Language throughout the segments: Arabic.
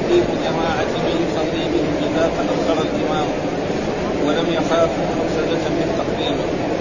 التأخير بجماعة من يصلي بهم إذا تأخر الإمام ولم يخافوا مفسدة من تقديمه.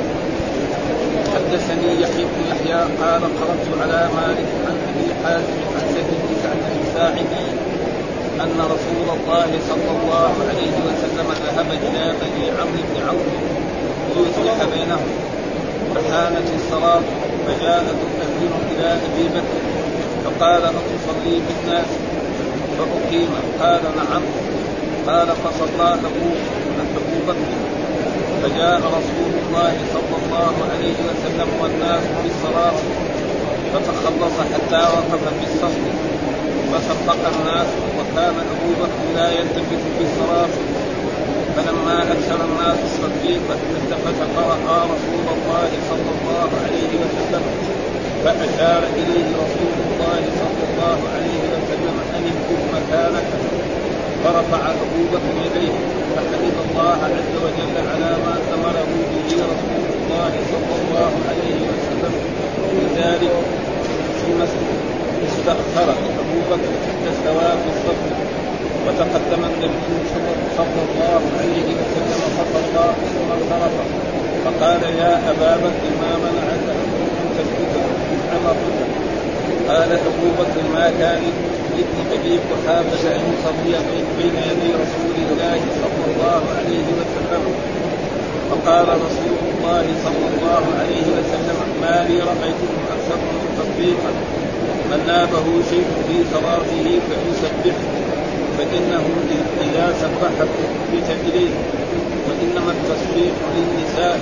حدثني يحيى بن يحيى قال قرأت على مالك عن أبي حازم عن سهل بن سعد الساعدي أن رسول الله صلى الله عليه وسلم ذهب إلى بني عمرو بن عوف ليصلح بينهم فحانت الصلاة فجاءت تؤذن إلى أبي بكر فقال أتصلي بالناس فأقيم قال نعم قال فصلى أبو بكر فجاء رسول الله صلى الله عليه وسلم والناس بالصلاة فتخلص حتى وقف بالصف فصفق الناس وكان أبو بكر لا يلتفت بالصلاة فلما أكثر الناس التصفيق التفت فرأى رسول الله صلى الله عليه وسلم فأشار إليه رسول الله صلى الله عليه وسلم أن امكث مكانك فرفع أبو بكر يديه فحمد الله عز وجل على ما أمره به رسول الله صلى الله عليه وسلم لذلك ثم استأخر أبو بكر حتى استوى في الصف وتقدم النبي صلى الله عليه وسلم فصلى ثم انصرف فقال يا أبا بكر ما منعك أن تسكت عمر قال أبو بكر ما كان لابن أبي قحافة أن يصلي بين يدي رسول الله صلى الله عليه وسلم فقال رسول الله صلى الله عليه وسلم ما لي رأيتكم أكثر من تطبيقا من نابه شيء في صلاته فليسبح فإنه إذا سبح تثبت إليه وإنما التصبيح للنساء.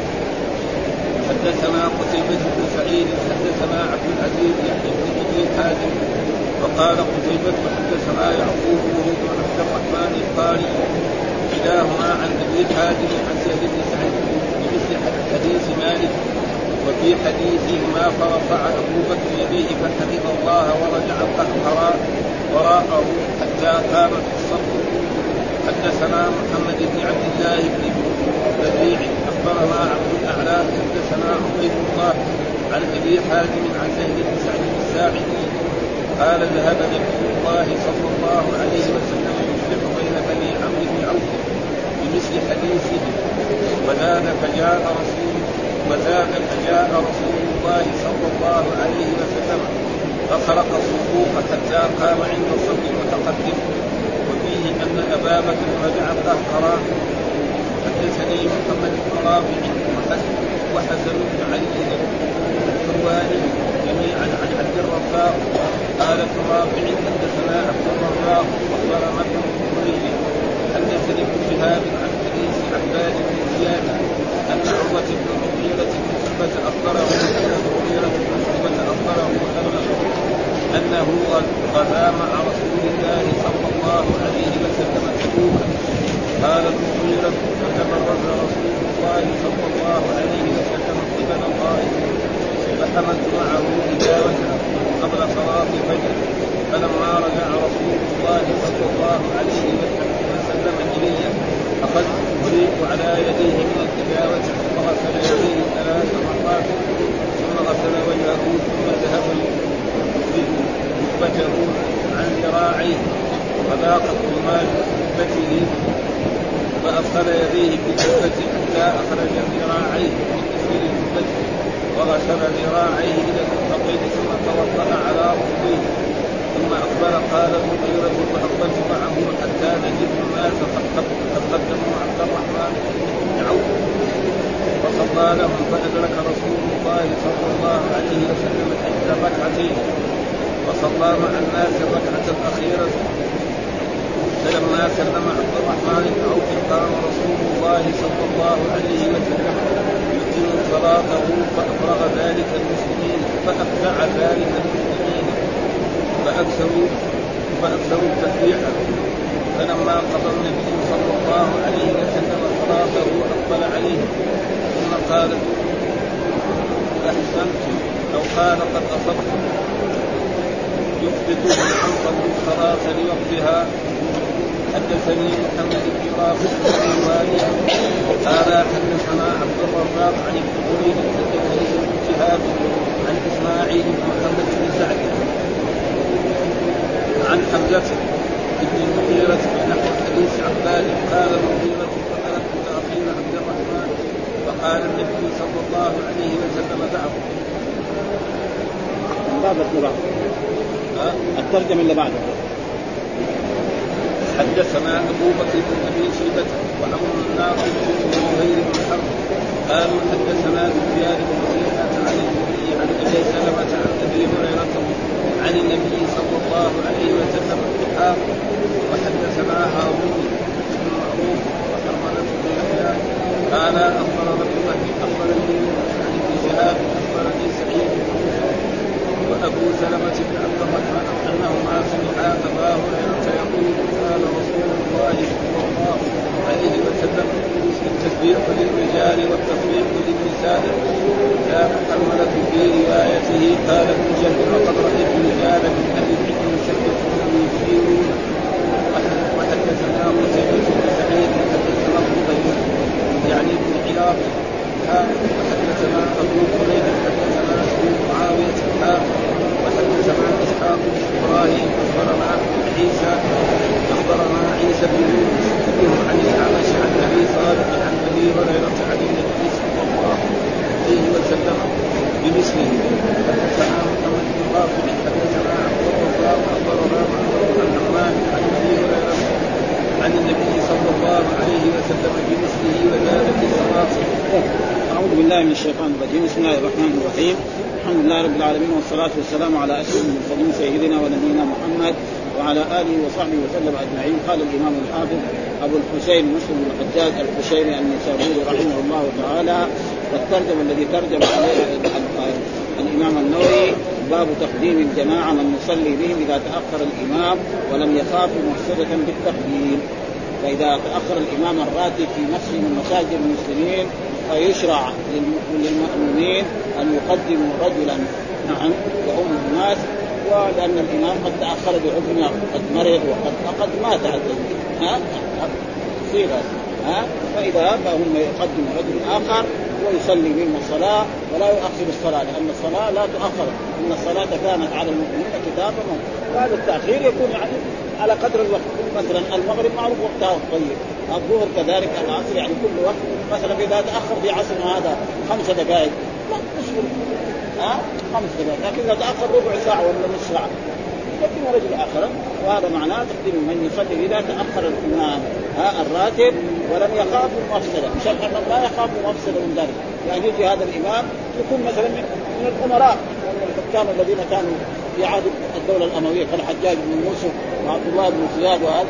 حدثنا قتيبة بن سعيد حدثنا عبد العزيز يعني بن أبي حازم وقال قتيبة حدثنا يعقوب بن عبد الرحمن القاري كلاهما عن أبي حازم عن سهل بن سعيد بمثل حديث مالك وفي حديثهما فرفع أبو بكر يديه فحمد الله ورجع القهقراء وراءه حتى قام في الصف. حدثنا محمد بن عبد الله بن بديع أخبرنا عبد الأعلى حدثنا عبيد الله عن أبي حازم عن سهل بن سعد الساعدي قال ذهب نبي الله صلى الله عليه وسلم يصلح بين بني عمرو بن عوف بمثل حديثه وذاك فجاء رسول الله صلى الله عليه وسلم فخرق الصفوف حتى قام عند الصف المتقدم وفيه أن أبا بكر رجع القهقرى. حدثني محمد بن رافع وحسن بن علي الحلواني جميعا عن عبد الرزاق قال ابن رافع حدثنا عبد الرزاق واخبرنا ابن مريم حدثني ابن شهاب عن حديث عباد بن زياد أن عروة بن المغيرة بن شعبة أخبره أنه غزا مع رسول الله صلى الله عليه وسلم تبوكا. قال المغيرة فتبرز رسول الله صلى الله عليه وسلم قبل الطائف فحملت معه إجابة قبل صلاة الفجر فلما رجع رسول الله صلى الله عليه وسلم إلي أخذت أريق على يديه من الإجابة فغسل يديه 3 مرات ثم غسل وجهه ثم ذهب ركبته عن ذراعيه وذاقت المال ركبته فأدخل يديه بالجبة حتى أخرج ذراعيه من أسفل الجبة وغسل ذراعيه إلى المرفقين ثم توضأ على ركبيه ثم أقبل قال المغيرة فأقبلت معه حتى نجد الناس قد قدموا عبد الرحمن بن عوف وصلى لهم فأدرك رسول الله صلى الله عليه وسلم 1 ركعتين وصلى مع الناس الركعة الأخيرة فلما سلم عبد الرحمن بن عوف قام رسول الله صلى الله عليه وسلم يتم صلاته فأفرغ ذلك المسلمين فأكثروا التسبيح فلما قضى النبي صلى الله عليه وسلم صلاته أقبل عليه ثم قال أحسنت أو قال قد أصبت يثبت أن صلوا الصلاة لوقتها. حدثني محمد بن رافع الحلواني قال حدثنا عبد الرزاق عن ابن مريم حدثني ابن شهاب عن إسماعيل بن محمد بن سعد عن حمزة حديث عباد قال المغيرة فأردت تأخير عبد الرحمن فقال النبي صلى الله عليه وسلم دعه. باب القراءة الترجمة اللي بعده. حدثنا أبو بكر بن أبي شيبة وعمر الناقد وزهير بن حرب قالوا حدثنا سفيان بن عيينة عن النبي عن أبي سلمة عن أبي هريرة عن النبي صلى الله عليه وسلم بحاق وحدثنا هارون بن معروف وحرملة بن يحيى قال أخبر رجل أخبرني عن ابن شهاب أخبرني سعيد وأبو سلمة بن عبد الرحمن أنهما سمعا أبا هريرة يقول قال رسول الله صلى الله عليه وسلم التسبيح للرجال والتصفيق للنساء. كان حرملة في روايته قال ابن جهل وقد رأيت رجالا من أهل العلم يسبحون ويشيرون. وحدثنا قتيبة بن سعيد حدثنا الضبيب يعني ابن علاق وحدثنا أبو كريب حدثنا أبو معاوية وحدثنا إسحاق بن إبراهيم أخبرنا عيسى بن يونس عن الأعمش عن أبي صالح عن أبي هريرة عن النبي صلى الله عليه وسلم بمثله. حدثنا محمد بن رافع حدثنا عبد الرزاق أخبرنا عن النعمان عن أبي هريرة عن النبي صلى الله عليه وسلم بمثله وزاد في الصلاة. أعوذ بالله من الشيطان الرجيم. بسم الله الرحمن الرحيم. الحمد لله رب العالمين والصلاة والسلام على أشرف المرسلين سيدنا ونبينا محمد وعلى آله وصحبه وسلم أجمعين. قال الإمام الحافظ أبو الحسين مسلم بن الحجاج القشيري النسابوري رحمه الله تعالى. والترجمة الذي ترجم عليه الإمام النووي باب تقديم الجماعة من يصلي بهم إذا تأخر الإمام ولم يخافوا مفسدة بالتقديم. فإذا تأخر الإمام الراتب في مسجد من مساجد المسلمين فيشرع للمؤمنين أن يقدموا رجلا نعم يؤم الناس، ولأن الإمام قد تأخر بعذر قد مرض وقد مات فإذا فهم يقدم رجل آخر ويصلي بهم الصلاة ولا يؤخر الصلاة، لأن الصلاة لا تؤخر، إن الصلاة كانت على المؤمنين كتابا موقوتا. وهذا التأخير يكون يعني على قدر الوقت. مثلا المغرب معروف وقتها طيب، الظهر كذلك، العصر يعني كل وقت. مثلا إذا تأخر في عصرنا هذا 5 دقائق لا تشغل 5 دقائق، لكن إذا تأخر ربع ساعة ولا نصف ساعة يقدم رجل آخر. وهذا معناه تقديم من يصلي إذا تأخر الإمام الراتب ولم يخاف مفسدة، مشان أنهم لا يخافوا مفسدة من ذلك. يعني يجي هذا الإمام يكون مثلا من الأمراء والحكام الذين كانوا في عهد الدولة الأموية كالحجاج بن يوسف وعبد الله بن زياد وهذا،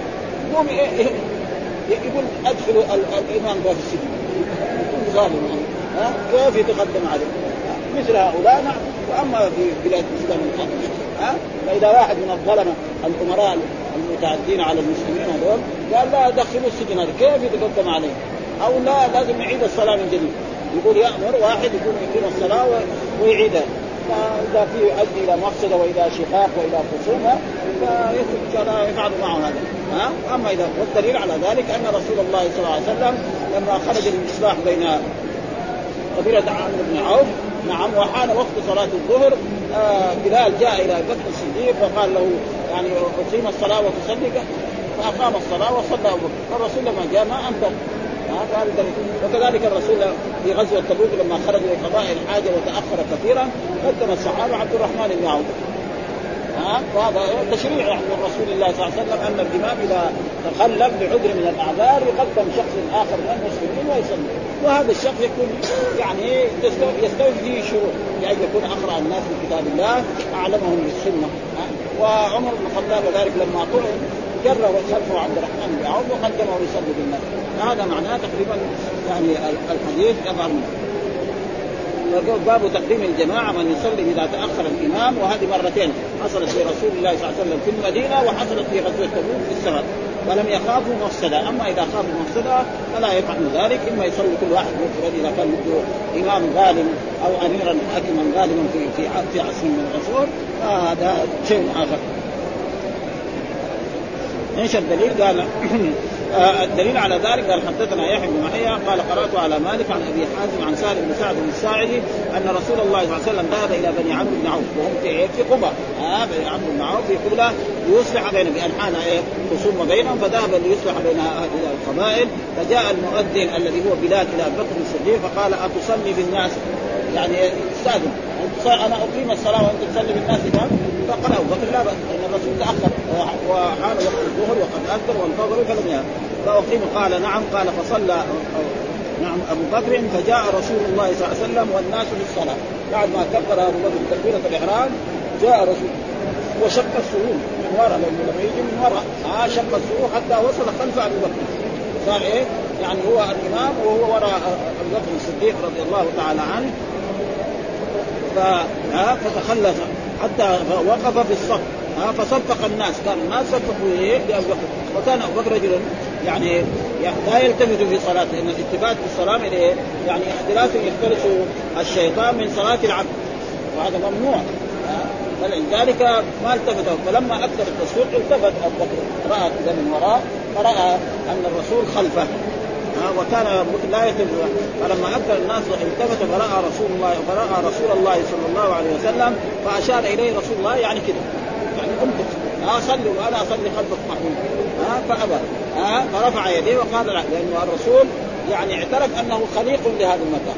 يقول أدخلوا الإمام في السجن، يكون ظالم كيف يتقدم عليه مثل هؤلاء. وأما في بلاد الإسلام فإذا واحد من الظلمة الأمراء المتعدين على المسلمين هذول قال لا دخلوا السجن هذا، كيف يتقدم عليه؟ أو لا لازم يعيد الصلاة من جديد. يقول يأمر واحد يقول يقيم الصلاة ويعيدها، فإذا فيه أدي إلى مفسدة وإلى شقاق وإلى خصومة فلا يفعل معه هذا. أما إذا والدليل على ذلك أن رسول الله صلى الله عليه وسلم لما خرج للإصلاح بين قبيلة عمرو بن عوف نعم وحان وقت صلاة الظهر، بلال جاء إلى بكر الصديق وقال له يعني أقيم الصلاة وتصلي، فأقام الصلاة وصلى أبو بكر. فالرسول لما جاء ما أنكر. وكذلك الرسول في غزوة تبوك لما خرج لقضاء الحاجة وتأخر كثيرا قدم الصحابة عبد الرحمن بن عوف. وهذا تشريع عند رسول الله صلى الله عليه وسلم أن الإمام إذا تخلف بعذر من الأعذار يقدم شخص آخر من المسلمين ويصلي. وهذا الشخص يكون يعني يستوي فيه شروط، يعني يكون أقرأ الناس بكتاب الله أعلمهم بالسنة. وعمر بن الخطاب ذلك لما طعن جره وخلفه عبد الرحمن بن عوف وقدمه يصلي بالناس. هذا معناه تقريبا يعني الحديث يظهر منه. باب تقديم الجماعة من يصلي إذا تأخر الإمام، وهذه مرتين حصلت في رسول الله صلى الله عليه وسلم في المدينة وحصلت في غزوة تبوك في السفر، ولم يخافوا مفسدة. أما إذا خافوا مفسدة فلا يفعلوا ذلك، إما يصلي كل واحد مفرد إذا كان له إمام ظالم أو أميرا حاكما ظالما في عصر من العصور، فهذا شيء آخر. ايش الدليل؟ قال الدليل على ذلك قال حدثنا يحيى بن يحيى قال قرأت على مالك عن أبي حازم عن سالم بن سعد الساعدي أن رسول الله صلى الله عليه وسلم ذهب إلى بني عمرو بن عوف وهم في قباء. بني عمرو بن عوف في قبلة ليصلح بين بأنحان خصوم بينهم، فذهب ليصلح بين القبائل. فجاء المؤذن الذي هو بلال إلى أبي بكر الصديق فقال أتصلي بالناس، يعني استاذن أنا أقيم الصلاة وأنت تصلي بالناس كم؟ فقال أبو بكر لا بأس إن الرسول تأخر وحان وقت الظهر وقد أذن وانتظروا فلم يأتوا فأقيم. قال نعم. قال فصلى نعم أبو بكر فجاء رسول الله صلى الله عليه وسلم والناس في الصلاة. بعد ما كبر أبو بكر تكبيرة الإحرام جاء رسول وشق السرور من وراء، لما يجي من وراء شق السرور حتى وصل خلف أبو بكر، صار يعني هو الإمام وهو وراء أبو بكر الصديق رضي الله تعالى عنه. فتخلف حتى وقف في الصف فصفق الناس، كان الناس صفقوا لأبو بكر. وكان أبو بكر رجل يعني لا يلتفت في صلاته، لأن الالتفات في الصلاة يعني اختلاف يختلف الشيطان من صلاة العبد وهذا ممنوع. فلذلك ما التفت، فلما أكثر التصفيق التفت أبو بكر رأى كذا من وراء فرأى أن الرسول خلفه وكان لا يتبع. فلما أكثر الناس التفت فرأى رسول الله صلى الله عليه وسلم فأشار إليه رسول الله يعني كده، يعني أمكت أصلي وأنا أصلي خلفك محمود فأبى فرفع يديه وقال لا، لأنه الرسول يعني اعترف أنه خليق لهذا المكان.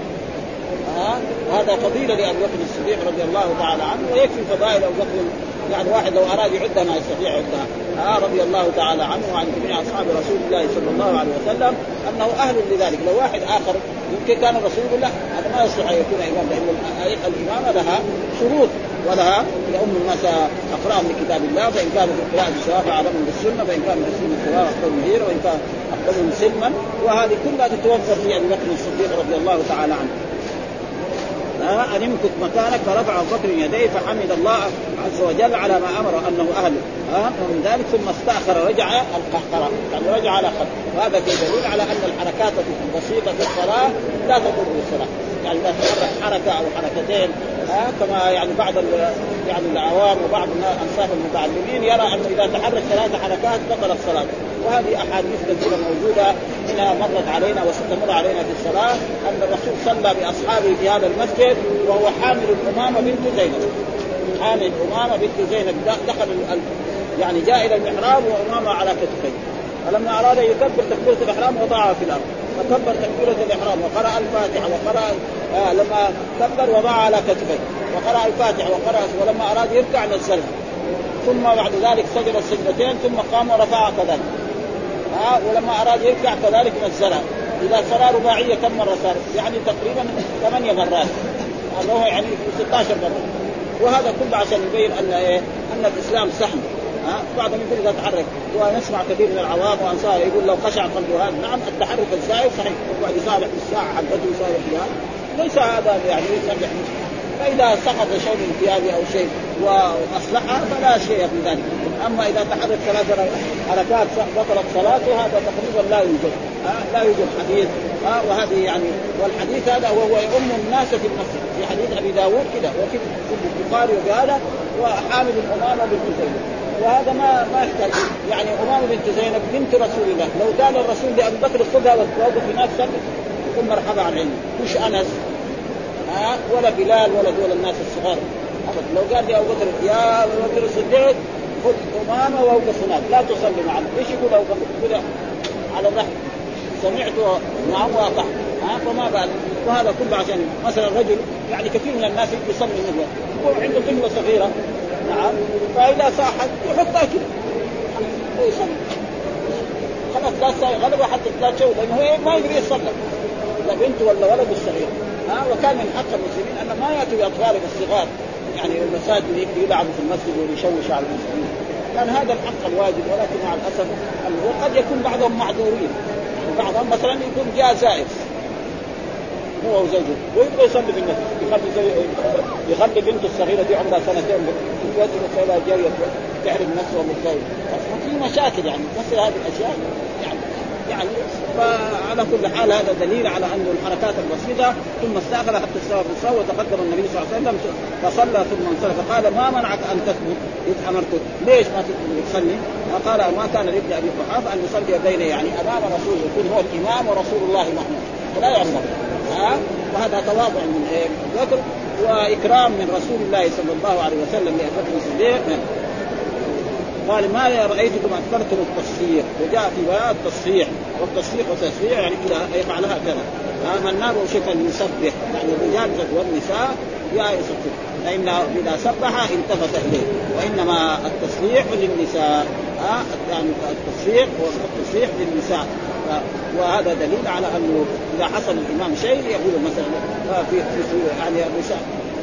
هذا فضيلة لأبي بكر الصديق رضي الله تعالى عنه، ويكفي فضائل أبي بكر يعني واحد لو أراد يعدها ما يستطيع يعدها. رضي الله تعالى عنه وعن جميع أصحاب رسول الله صلى الله عليه وسلم أنه أهل لذلك. لو واحد آخر يمكن كان الرسول يقول لا هذا ما يصلح أن يكون إمام، لأن الإمامة لها شروط ولها لأم الناس أقرأهم لكتاب الله، فإن كانوا في القراءة سواء فأعلمهم بالسنة، فإن كانوا بالسنة سواء أقبلهم هيرا، وإن كان أقبلهم سلما. وهذه كلها تتوفر في أبي بكر الصديق رضي الله تعالى عنه. أن امكث مكانك. فرفع أبو بكر يديه فحمد الله عز وجل على ما أمر أنه أهله ومن ذلك ثم استأخر رجع القهقرة، يعني رجع على خط. وهذا دليل على أن الحركات البسيطة في الصلاة لا تضر بالصلاة، يعني لا تحرك حركة أو حركتين كما يعني بعض يعني العوام وبعض أنصاف المتعلمين يرى أنه إذا تحرك 3 حركات بطلت الصلاة. وهذه أحاديث كثيرة موجودة منها مرت علينا وستمر علينا في الصلاة أن الرسول صلى بأصحابه في هذا المسجد وهو حامل الأمامة بنت زينب. حامل الأمامة بنت زينب دخل يعني جاء إلى المحراب وأمامة على كتفيه، فلما أراد يكبر تكبيرة الإحرام وضعها في الأرض، فكبر تكبيرة الإحرام وقرأ الفاتحة وقرأ لما كبر وضعها على كتفيه وقرأ الفاتحة وقرأ، ولما أراد يركع نزلها، ثم بعد ذلك سجد السجدتين ثم قام ورفع كذلك ولما أراد يركع كذلك نزلها. إذا صار رباعية كم مرة صار؟ يعني تقريبا 8 مرات، الله يعني 16 مرة. وهذا كله عشان يبين أن الإسلام سهل. بعضهم يقول إذا تحرك، ونسمع كثير من العوام وأنصار يقول لو خشع قلبه هذا. نعم التحرك الزائد صحيح، وقد يصالح بالساعة حقته يصالح بها، ليس هذا يعني يصلح. فإذا سقط شيء من ثيابه أو شيء وأصلحها فلا شيء في ذلك. أما إذا تحرك 3 حركات بطلت صلاته هذا تقريبا لا يوجد حديث. وهذه يعني والحديث هذا وهو يؤم الناس في المسجد في حديث أبي داود كده وفي البخاري وهذا وحامل الأمامة بنت زينب. وهذا ما يحتاج يعني أمامة بنت زينب بنت رسول الله. لو قال الرسول لأبي بكر خذها وتوقف في نفسك ثم مرحبا عن علمه، مش أنس ولا بلال ولا دول الناس الصغار. لو قال لي أبو بكر يا أبو بكر الصديق خذ أمامة وأوقف هناك لا تصلي معنا، إيش يقول أبو بكر كذا على الرحم؟ سمعت نعم وأطعت فما بال. وهذا كله عشان مثلا الرجل يعني كثير من الناس يصلي مثله وعنده طفلة صغيرة نعم، فإذا صاحت يحطها كده ويصلي خلاص لا تساوي غلبة حتى لا تشوي، لأنه هو ما يقدر يصلي لا بنت ولا ولد الصغير. وكان من حق المسلمين أن ما يأتوا بأطفال الصغار يعني المساجد يلعبوا في المسجد ويشوش على المسلمين، كان هذا الحق الواجب. ولكن مع الأسف وقد يكون بعضهم معذورين، بعضهم مثلا يكون جاء زائف هو وزوجه ويبغى يصلي في المسجد، يخلي بنته الصغيرة دي عمرها 2 سنين يوجد السيدة جاية تحرم نفسها ومتزوج، في مشاكل يعني مثل هذه الأشياء يعني يعني. فعلى كل حال هذا دليل على أن الحركات البسيطة. ثم استأخر حتى استوى في الصف وتقدم النبي صلى الله عليه وسلم فصلى ثم انصرف فقال ما منعك أن تثبت إذ أمرتك ليش ما تصلي؟ قال ما كان لابن أبي قحافة أن يصلي بين يعني أمام رسول يكون هو الإمام ورسول الله محمود فلا يعصر. وهذا تواضع من أبي بكر وإكرام من رسول الله صلى الله عليه وسلم لأبي بكر الصديق. قال ما رأيتكم أكثرتم التصفيق وجاء في بيان التصفيق والتصفيق والتسفيع يعني إذا يفعلها كذا النار شكا يسبح يعني الرجال والنساء يا يسبح فإن إذا سبح التفت إليه وإنما التصفيق للنساء يعني التصفيق والتصفيق للنساء. وهذا دليل على أنه إذا حصل الإمام شيء يقول مثلا في يعني النساء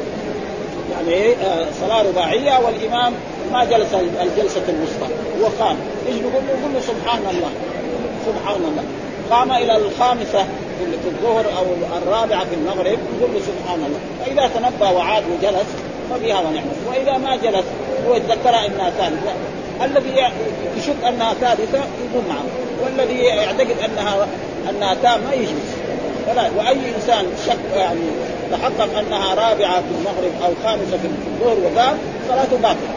يعني صلاة رباعية والإمام ما جلس الجلسة الوسطى وقام إيش يقول له سبحان الله سبحان الله. قام إلى الخامسة في الظهر أو الرابعة في المغرب يقول له سبحان الله. فإذا تنبه وعاد وجلس فبها ونعمة. وإذا ما جلس هو يتذكر أنها ثالثة الذي يشك أنها ثالثة يقول نعم والذي يعتقد أنها تامة يجلس. وأي إنسان شك يعني تحقق أنها رابعة في المغرب أو خامسة في الظهر وقال صلاته باطلة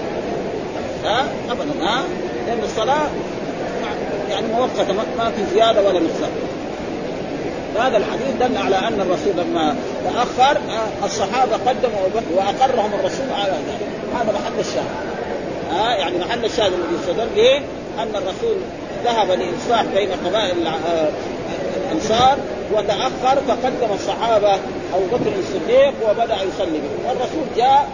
أبدا لأن الصلاة يعني مؤقتة ما في زيادة ولا نقصان. هذا الحديث دل على أن الرسول لما تأخر الصحابة قدموا وأقرهم الرسول على ذلك. هذا محل الشاهد يعني محل الشاهد الذي استدل به أن الرسول ذهب لإصلاح بين قبائل الأنصار وتأخر فقدم الصحابة أبو بكر الصديق وبدأ يصلي به. والرسول جاء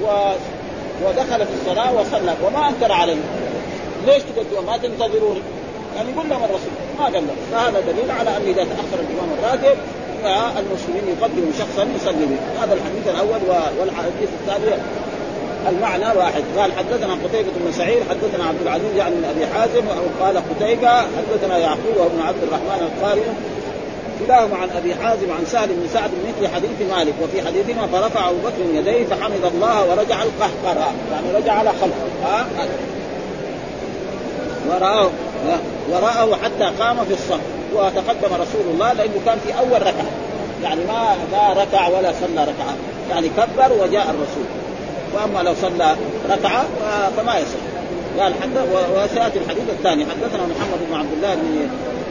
ودخل في الصلاة وصلى وما أنكر عليه. ليش تقدموا ما تنتظروني؟ يعني يقول لهم الرسول ما قال له. فهذا دليل على أن إذا تأخر الإمام الراتب المسلمين يقدموا شخصا يصلي به. هذا الحديث الأول. والحديث الثاني المعنى واحد. قال حدثنا قتيبة بن سعيد حدثنا عبد العزيز يعني من أبي حازم أو قال قتيبة حدثنا يعقوب وابن عبد الرحمن القارئ كلاهما عن أبي حازم عن سهل بن سعد مثل حديث مالك. وفي حديثهما فرفع أبو بكر يديه فحمد الله ورجع القهقرة يعني رجع على خلفه ورآه حتى قام في الصف. وتقدم رسول الله لأنه كان في أول ركعة يعني ما ركع ولا صلى ركعة يعني كبر وجاء الرسول. وأما لو صلى ركعة فما يصح. قال وسيأتي الحديث الثاني حدثنا محمد بن عبد الله بن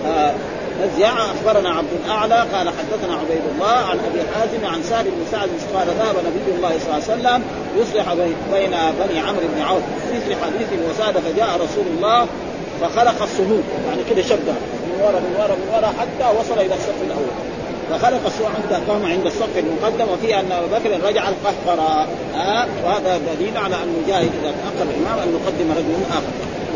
نزيع أخبرنا عبد الأعلى قال حدثنا عبيد الله عن أبي حازم عن سهل بن سعد قال ذهب نبي الله صلى الله عليه وسلم يصلح بين بني عمرو بن عوف مثل حديث وساد فجاء رسول الله فخلق الصفوف يعني كده شبه من وراء حتى وصل إلى الصف الأول فخلق الصفوف حتى قام عند الصف المقدم وفيه أن أبا بكر رجع القهقرة وهذا دليل على أنه جائز إذا تأخر الإمام أن يقدم رجل آخر.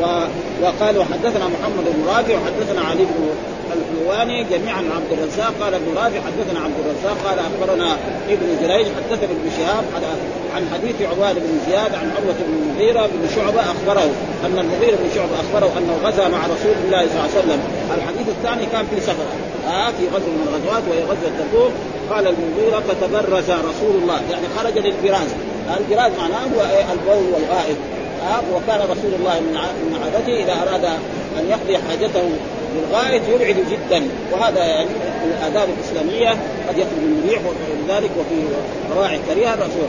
وقالوا حدثنا محمد بن رافع وحدثنا علي بن الحلواني جميعا عن عبد الرزاق قال ابن رافع حدثنا عبد الرزاق قال أخبرنا ابن جريج حدثنا ابن شهاب عن حديث عباد بن زياد عن عروة بن المغيرة بن شعبة أخبره أن المغيرة بن شعبة أخبره أنه غزا مع رسول الله صلى الله عليه وسلم. الحديث الثاني كان في سفر في غزو من الغزوات وهي غزوة تبوك. قال المغيرة فتبرز رسول الله يعني خرج للبراز. البراز معناه هو البول والغائط. وكان رسول الله من عادته إذا أراد أن يقضي حاجته للغائط يبعد جدا وهذا يعني الآداب الإسلامية قد يخرج من الريح ولذلك وفي رواعي كريهة الرسول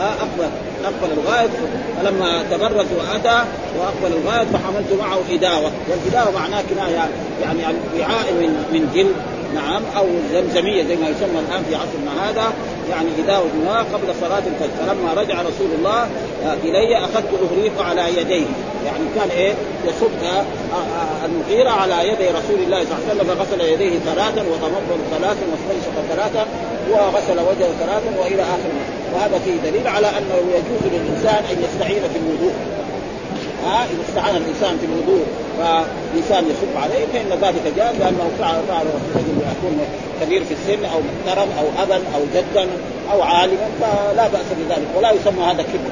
أقبل الغائط فلما تبرز وأتى وأقبل الغائط فحملت معه إداوة. والإداوة معناه كناية يعني وعاء من جلد نعم أو زمزمية زي ما يسمى الآن في عصرنا هذا يعني إداوة ماء قبل صلاة الفجر. فلما رجع رسول الله إلي أخذت أغريق على يديه يعني كان يصب المغيرة على يدي رسول الله صلى الله عليه وسلم فغسل يديه ثلاثا وتمضمض ثلاثا واستنشق ثلاثا وغسل وجهه ثلاثا وإلى آخر. وهذا فيه دليل على أنه يجوز للإنسان أن يستعين في الوضوء. إذا استعان الإنسان في الوضوء فإنسان يصب عليه فإن ذلك جائز لأنه فعل رجل يكون كبير في السن أو محترم أو أبا أو جدا أو عالما فلا بأس بذلك ولا يسمى هذا كبر.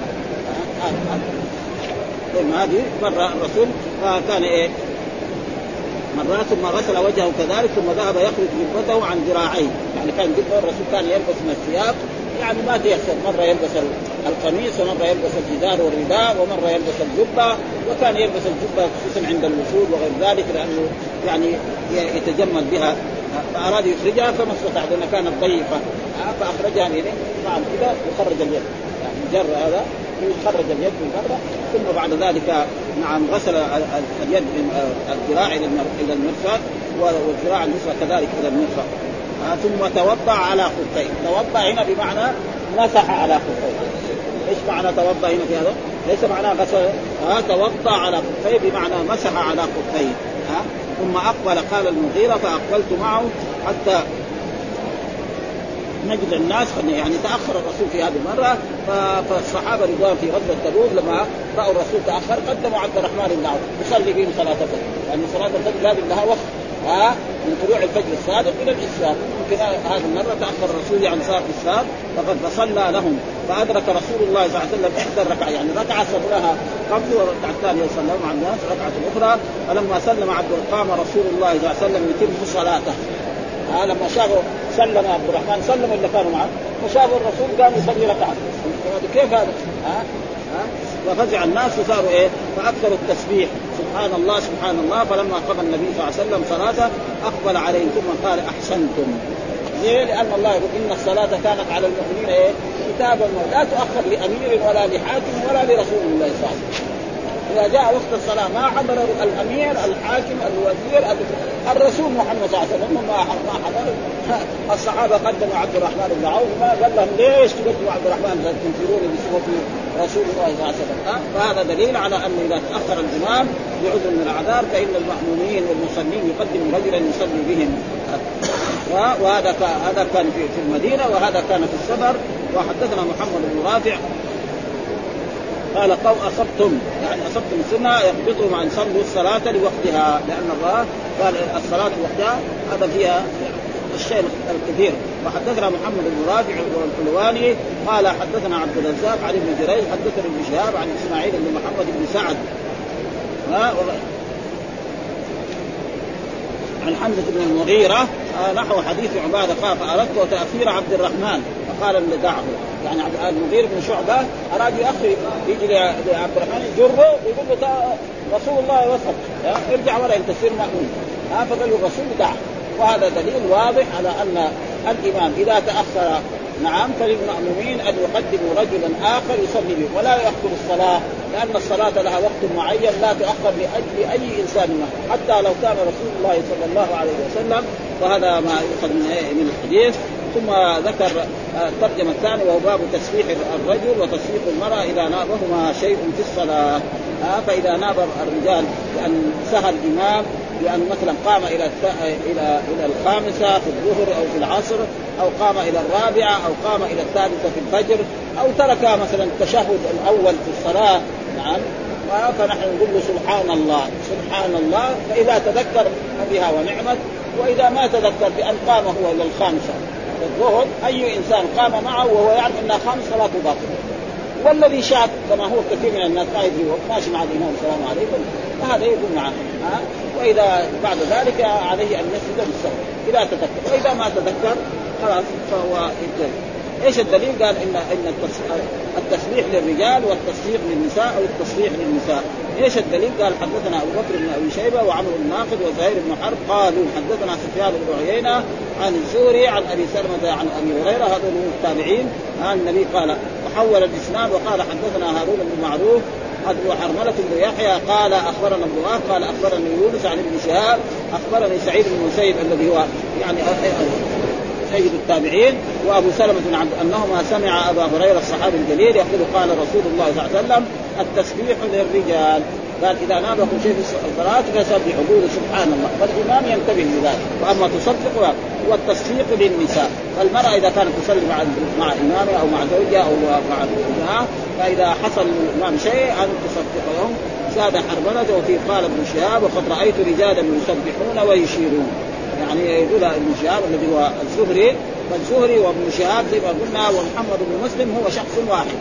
هذه مرة الرسول كان مرات ثم غسل وجهه كذلك ثم ذهب يخرج جبته عن ذراعيه يعني كان جبه الرسول كان يلبس من الثياب يعني ما تيسر مرة يلبس القميص، ومرة يلبس الجدار والرداء، ومرة يلبس الجبة، وكان يلبس الجبة خصوصا عند الوصول وغير ذلك لأنه يعني يتجمل بها، فأراد يخرجها فما استطاع لأنها كانت ضيقة فأخرجها من طبعا كذا يخرج اليد، يعني جر هذا يخرج اليد من برا، ثم بعد ذلك غسل اليد من الذراع إلى المرفق، والذراع اليسرى كذلك إلى المرفق، ثم توضأ على خفيه. توضأ هنا بمعنى مسح على خفيه. ايش معنى توضأ هنا في هذا؟ ليس معنى غسل، توضأ على خفيه بمعنى مسح على خفيه. ثم أقبل، قال المغيرة فأقبلت معه حتى نجد الناس، يعني تأخر الرسول في هذه المرة، فالصحابة رضوان في غزوة تبوك لما رأوا الرسول تأخر قدموا عبد الرحمن بن عوف يصلي بهم صلاة الفجر، لأن يعني صلاة الفجر لازم لها وقت من طلوع الفجر الصادق إلى الإسلام. يمكن هذه المرة تأخر الرسول يعني صار الإسلام، فقد فصلى لهم فأدرك رسول الله صلى الله عليه وسلم إحدى الركعة، يعني ركعة صلاها قبل والركعة الثانية صلى مع الناس ركعة أخرى. فلما سلم قام رسول الله صلى الله عليه وسلم يتم صلاته. لما شافوا سلم عبد الرحمن سلموا اللي كانوا معه، فشافوا الرسول قام يصلي ركعة، كيف هذا؟ وفزع الناس وصاروا فأكثروا التسبيح سبحان الله سبحان الله. فلما قضى النبي صلى الله عليه وسلم صلاته أقبل عليهم ثم قال أحسنتم. ليه؟ لأن الله يقول إن الصلاة كانت على المؤمنين كتابا لا تؤخر لأمير ولا لحاكم ولا لرسول الله صلى الله عليه وسلم. إذا جاء وقت الصلاة ما حضر الأمير الحاكم الوزير الرسول محمد صلى الله عليه وسلم ما حضر. الصحابة قدموا عبد الرحمن بن عوف، ما قال لهم ليش تقدموا عبد الرحمن تنكرون بصفة رسول الله صلى الله عليه وسلم. فهذا دليل على أن إذا تأخر الإمام بعذر من الأعذار فإن المأمومين والمصلين يقدم رجلا يصلي بهم. وهذا كان في المدينة وهذا كان في السفر. وحدثنا محمد بن رافع قال قوم أصبتم، يعني أصبتم السنة يقبطهم عن صلوا الصلاة لوقتها، لأن الله قال الصلاة لوقتها هذا فيها الشيء الكثير. وحدثنا محمد بن رافع والحلواني قال حدثنا عبد الرزاق عن ابن جريج حدثنا ابن شهاب عن إسماعيل بن محمد بن سعد عن حمزة بن المغيرة نحو حديث عبادة قال فأردت تأخير عبد الرحمن فقال اللي دعه، يعني المغيرة بن شعبة أراد يأخر، يجي لعبد الرحمن يجره يقول له رسول الله وصف ارجع ولا انت تصير مأمون، فقال له الرسول دعه. وهذا دليل واضح على أن الإمام إذا تأخر فللمأمومين أن يقدموا رجلا آخر يصلي به ولا يأخر الصلاة، لأن الصلاة لها وقت معين لا تؤخر لأجل أي إنسان حتى لو كان رسول الله صلى الله عليه وسلم. وهذا ما يؤخذ من الحديث. ثم ذكر الترجمة الثانية وهو باب تسبيح الرجل وتسبيح المرأة إذا نابهما شيء في الصلاة. فإذا ناب الرجال بأن سهى الإمام بأن مثلا قام إلى الخامسة في الظهر أو في العصر أو قام إلى الرابعة أو قام إلى الثالثة في الفجر أو ترك مثلا التشهد الأول في الصلاة فنحن نقول له سبحان الله سبحان الله. فإذا تذكر بها ونعمت، وإذا ما تذكر بأن قام هو إلى الخامسة في الظهر أي إنسان قام معه وهو يعرف أنها خمس صلاة باطلة، والذي شاك كما هو كثير من الناس ما يدري ماشي مع الإمام السلام عليكم فهذا يكون معه. وإذا بعد ذلك عليه أن يسجد بالسهو إذا تذكر، وإذا ما تذكر خلاص فهو يجري. إيش الدليل؟ قال إن التسبيح للرجال والتصفيق للنساء أو التصفيح للنساء. إيش الدليل؟ قال حدثنا أبو بكر بن أبي شيبة وعمرو بن ناقد وزهير بن حرب قالوا حدثنا سفيان بن عيينة عن الزهري عن أبي سلمة عن أبي هريرة هذول التابعين عن النبي قال وحول الإسناد وقال حدثنا هارون بن معروف وحرملة بن يحيى قال أخبرنا ابن وهب قال أخبرني يونس عن ابن شهاب أخبرني سعيد بن المسيب الذي هو يعني سيد التابعين وأبو سلمة بن عبد أنهما سمع أبا هريرة الصحابي الجليل يقول قال رسول الله صلى الله عليه وسلم التسبيح للرجال. قال إذا نابكم شيء في الصلاة فسبحوا قولوا سبحان الله، فالإمام ينتبه لذلك. وأما تصدق والتصفيق للنساء، فالمرأة إذا كانت تصلي مع إمامها أو مع زوجها أو مع زوجها فإذا حصل الإمام شيء أن تصدقهم. زاد حرملة وفي قال ابن شهاب وقد رأيت رجالا يسبحون ويشيرون، يعني يقول ابن شهاب الذي هو الزهري، فالزهري وابن شهاب زي ما قلنا ومحمد بن مسلم هو شخص واحد.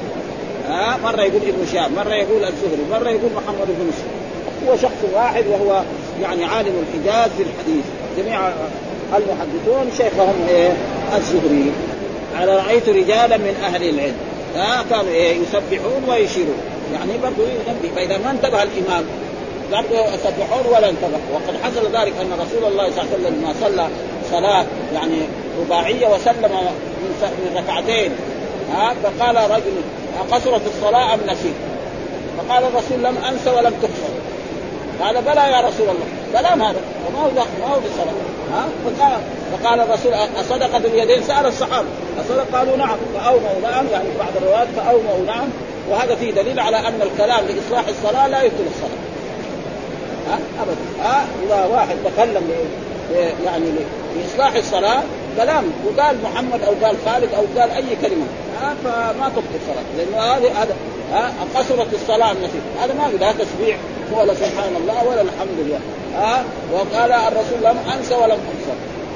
مرة يقول ابن شهاب، مرة يقول الزهري، مرة يقول محمد بن مسلم، هو شخص واحد وهو يعني عالم الحجاز في الحديث. جميع المحدثون شيخهم الزهري. على رأيت رجالا من أهل العلم، كانوا يسبحون ويشيرون، يعني برضو ينبه. فإذا ما انتبه الإمام برضو يسبحون ولا انتبه. وقد حصل ذلك أن رسول الله صلى الله عليه وسلم ما صلى صلاة يعني رباعية وسلم من ركعتين، فقال رجل: قصرت الصلاة أم نسيت؟ فقال الرسول: لم أنس ولم تقصر. قال: بلى يا رسول الله، كلام هذا وما هو بالصلاة. فقال الرسول: أصدق ذو اليدين؟ سأل الصحابة أصدق؟ قالوا نعم. فأوموا نعم، يعني بعض الروايات فأوموا نعم. وهذا فيه دليل على أن الكلام لإصلاح الصلاة لا يبطل الصلاة أبدا. إذا واحد تكلم يعني لإصلاح الصلاة كلام وقال محمد أو قال خالد أو قال أي كلمة فما تبطل الصلاة، لأنه هذا قصرت الصلاة النسيت، هذا ما لا تسبيح ولا سبحان الله ولا الحمد لله. وقال الرسول: لم أنس ولم أقصر.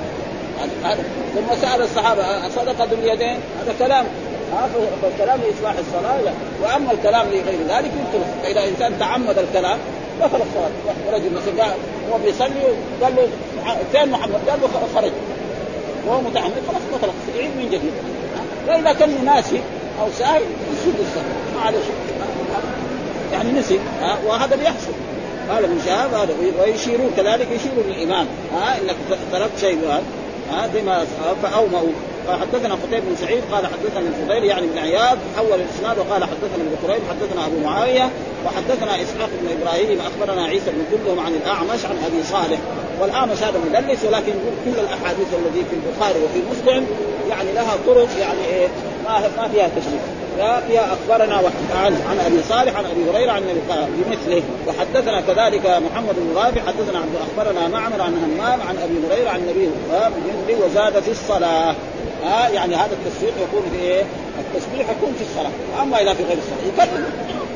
ثم سأل الصحابة: أصدق ذو اليدين؟ هذا كلام. فالكلام لإصلاح الصلاة لا. وأما الكلام لغير ذلك يبطل. فإذا إنسان تعمد الكلام دخل الصلاة. رجل مثلا هو بيصلي قال له: فين محمد؟ قال له: خرج. وهو متعمد خلاص بطل، يعيد من جديد. وإذا كان ناسي أو ساهي يسجد الصلاة معلش، يعني نسي. وهذا بيحصل. هذا من شهاب هذا. ويشيرون كذلك، يشيرون للإمام إنك تركت شيء زي ما فأومأوا. فحدثنا قتيبة بن سعيد قال حدثنا الفضيل يعني بن عياض حول الإسناد وقال حدثنا ابن كريب حدثنا أبو معاوية وحدثنا إسحاق بن إبراهيم أخبرنا عيسى بن كلهم عن الأعمش عن أبي صالح. والأعمش هذا مدلس، ولكن كل الأحاديث التي في البخاري وفي مسلم يعني لها طرق يعني ما فيها تشريف. فيها أخبرنا عن أبي صالح عن أبي هريرة عن النبي بمثله. وحدثنا كذلك محمد بن رافع حدثنا عبد أخبرنا معمر عن همام عن أبي هريرة عن النبي بمثله وزاد في الصلاة. يعني هذا التسبيح يكون في إيه؟ التسبيح يكون في الصلاة. أما إذا في غير الصلاة يكلم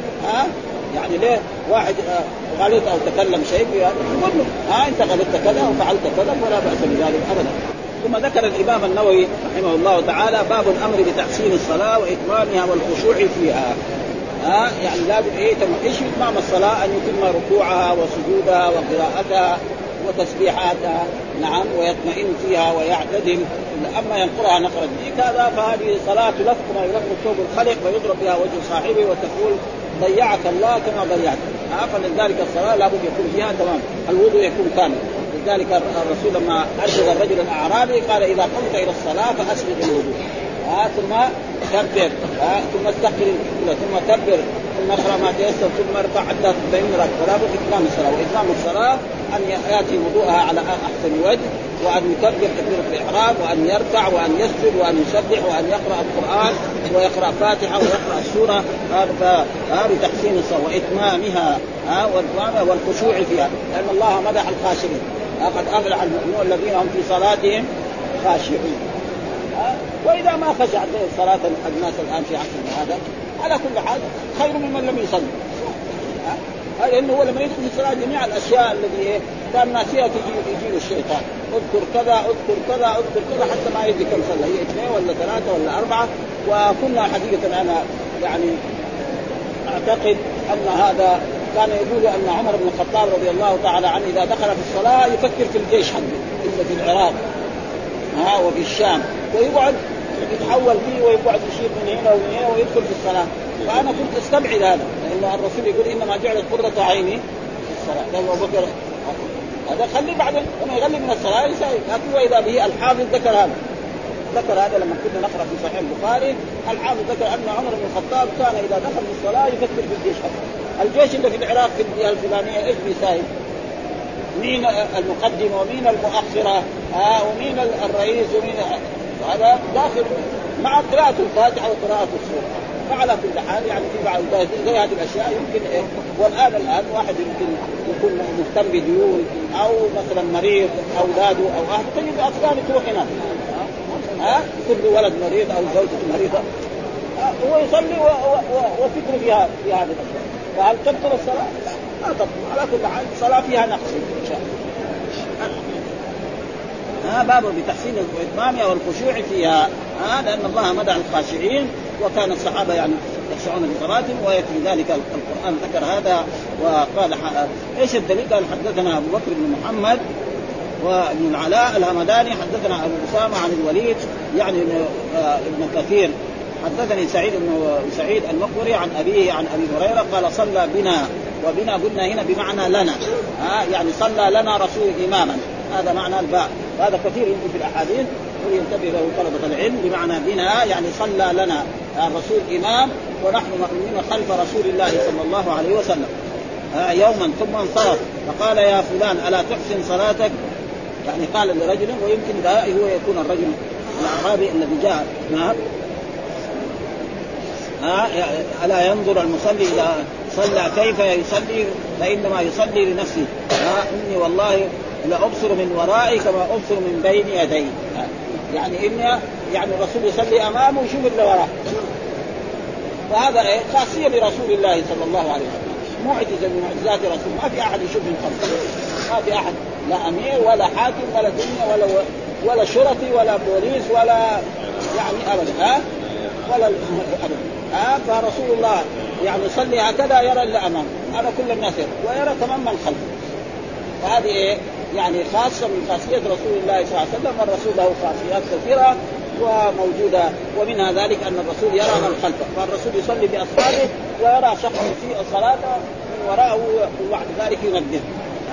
يعني ليه واحد غلط أو تكلم شيء يقول له أنت غلطت كذا وفعلت كذا ولا بأس بذلك أبدا. ثم ذكر الإمام النووي رحمه الله تعالى باب الأمر بتحسين الصلاة وإتمامها والخشوع فيها. يعني لازم إيش إتمام الصلاة؟ أن يتم ركوعها وسجودها وقراءتها وتسبيحاتها، نعم، ويطمئن فيها ويعتدل. أما ينقرها نقر الديك هذا فهذه صلاة لف كما يلف الثوب الخلق ويضرب بها وجه صاحبه وتقول ضيعك الله كما ضيعك. فلذلك الصلاة لابد يكون فيها تمام، الوضوء يكون كامل. لذلك الرسول لما أرشد الرجل الأعرابي قال: إذا قمت إلى الصلاة فأسبغ الوضوء، ثم كبر، ثم استغفر ثم كبر، ثم اقرأ ما تيسر، ثم ارفع حتى تبين لك. ولا بد إتمام الصلاة. وإتمام الصلاة أن يأتي وضوءها على أحسن وجه، وأن يكبر تكبيرة الإحرام، وأن يركع، وأن يسجد، وأن يسبح، وأن يقرأ القرآن ويقرأ فاتحة ويقرأ السورة. هذا تحسين الصلاة وإتمامها والخشوع فيها، لأن الله مدح الخاشعين: قد أفلح المؤمنون الذين هم في صلاتهم خاشعون. وإذا ما خشعت صلاة الناس الآن في عصرنا هذا على كل حال خير ممن لم يصلي. لأنه هو لما يدخل الصلاة جميع الأشياء التي كان ناسيها يجي الشيطان: اذكر كذا اذكر كذا اذكر كذا، حتى ما يدري كم صلى، هي 2 ولا 3 ولا 4. وكنا حقيقة أنا يعني أعتقد أن هذا كان يقول أن عمر بن الخطاب رضي الله تعالى عنه إذا دخل في الصلاة يفكر في الجيش حقه إلا في العراق وفي الشام، ويقعد يتحول فيه ويقعد يشير من هنا ومن هنا ويدخل في الصلاة. فأنا كنت أستبعد هذا، لأن الرسول يقول: إنما جعلت قرة عيني في الصلاة. لأنه أبو بكر هذا خليه بعدين لما يغلي من الصلاة يساوي. لكن وإذا به الحافظ ذكر هذا لما كنا نقرأ في صحيح البخاري. الحافظ ذكر أن عمر بن الخطاب كان إذا دخل في الصلاة يفكر في الجيش حقه. الجيش اللي في العراق في الجهة الفلانية إيش بيساوي؟ مين المقدم ومين المؤخرة ومين الرئيس ومين هذا داخل مع قراءة الفاتحة وقراءة السورة. فعلى كل حال يعني في بعض زي هذه الأشياء يمكن والآن واحد يمكن يكون مهتم بديون أو مثلا مريض أولاده أو أهله، تجد أطفال تروح هناك كل ولد مريض أو زوجة مريضة هو يصلي وفكره في هذه الأشياء. فهل تبطل الصلاة؟ لا تبطل. على كل حال الصلاة فيها نقص إن شاء الله. باب بتحسين وإتمامها والخشوع فيها. لأن الله مدح الخاشعين، وكان الصحابة يعني يخشعون بصلاتهم ويكفي ذلك القرآن ذكر هذا. وقال ايش الدليل؟ قال: حدثنا أبو بكر بن محمد وابن العلاء الهمداني حدثنا أبو أسامة عن الوليد يعني ابن كثير حدثني سعيد المقبري عن أبيه عن أبي هريرة قال صلى بنا، وبنا قلنا هنا بمعنى لنا، يعني صلى لنا رسول إماما، هذا معنى الباء، هذا كثير يمكن في الأحاديث وينتبه له طلبة العلم، بمعنى بنا يعني صلى لنا الرسول إمام ونحن مأمونين خلف رسول الله صلى الله عليه وسلم يوما ثم انصرف فقال يا فلان ألا تحسن صلاتك، يعني قال لرجل، ويمكن ده هو يكون الرجل الأعرابي الذي جاء ألا ينظر المصلي إذا صلى كيف يصلي فإنما يصلي لنفسه، إني والله لأبصر من ورائي كما أبصر من بين يدي، يعني إني يعني الرسول يصلي أمامه ويشوف اللي وراه، وهذا خاصية لرسول الله صلى الله عليه وسلم، معجزة من معجزات رسول، ما في أحد يشوف من خلفه، ما في أحد، لا أمير ولا حاكم ولا دنيا ولا شرطي ولا بوليس ولا يعني أبدا ولا أبدا فرسول الله يعني يصلي هكذا يرى اللي أمامه، هذا كل الناس ويرى كمان من خلفه، وهذه يعني خاصة من خاصية رسول الله صلى الله عليه وسلم، والرسول له خاصيات كثيرة وموجودة، ومنها ذلك أن الرسول يرى من خلفه، فالرسول يصلي بأصحابه ويرى شخص في الصلاة من وراءه وبعد ذلك ينبه،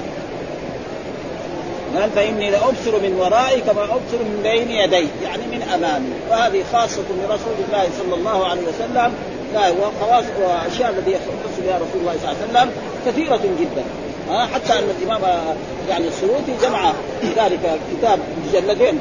قال فإني لأبصر من ورائي كما أبصر من بين يدي، يعني من أمامي، وهذه خاصة لرسول الله صلى الله عليه وسلم، لا وخواص وأشياء التي يختص بها رسول الله صلى الله عليه وسلم كثيرة جدا، حتى أن الإمام يعني السيوطي جمع ذلك كتاب مجلدين،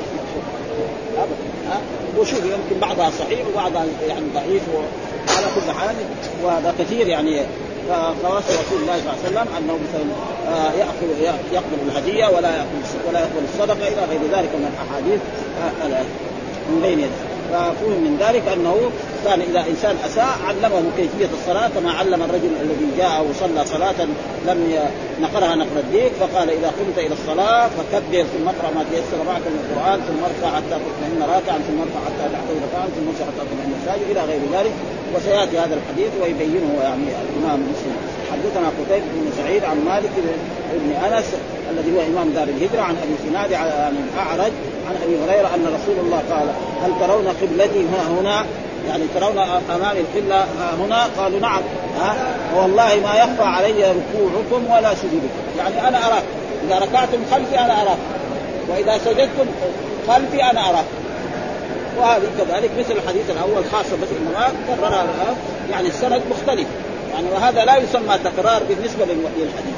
وشوف يمكن بعضها صحيح وبعضها يعني ضعيف وعلى كل حال، وهذا كثير يعني خواص رسول الله صلى الله عليه وسلم أنه مثلا يقبل الهدية ولا يقبل الصدقة إلى غير ذلك من الأحاديث من بين يديه. ففهم من ذلك أنه كان إذا إنسان أساء علمه كيفية الصلاة كما علم الرجل الذي جاء وصلى صلاة لم نقرها نقر الديك، فقال إذا قمت إلى الصلاة فكبر ثم اقرأ ما تيسر معك من القرآن ثم ارفع حتى تطمئن راكعا ثم ارفع حتى تعتدل راكعا ثم ارفع حتى تطمئن ساجدا إلى غير ذلك، وسيأتي هذا الحديث ويبينه يعني الإمام مسلم. حدثنا قتيبة بن سعيد عن مالك بن أنس الذي هو إمام دار الهجرة عن أبي سناد عن الأعرج عن أبي هريرة أن رسول الله قال هل ترون قبلتي هنا، يعني ترون أمام القبلة هنا؟ قالوا نعم، والله ما يخفى علي ركوعكم ولا سجودكم، يعني أنا أراك، إذا ركعتم خلفي أنا أراك، وإذا سجدتم خلفي أنا أراك. وهذه كذلك مثل الحديث الأول خاصة، بس إنما كررها يعني السند مختلف يعني، وهذا لا يسمى تكرار بالنسبة للحديث.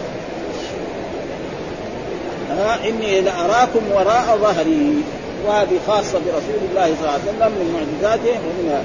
إني لأراكم وراء ظهري، وهذه خاصة برسول الله صلى الله عليه وسلم من معجزاته ومنها.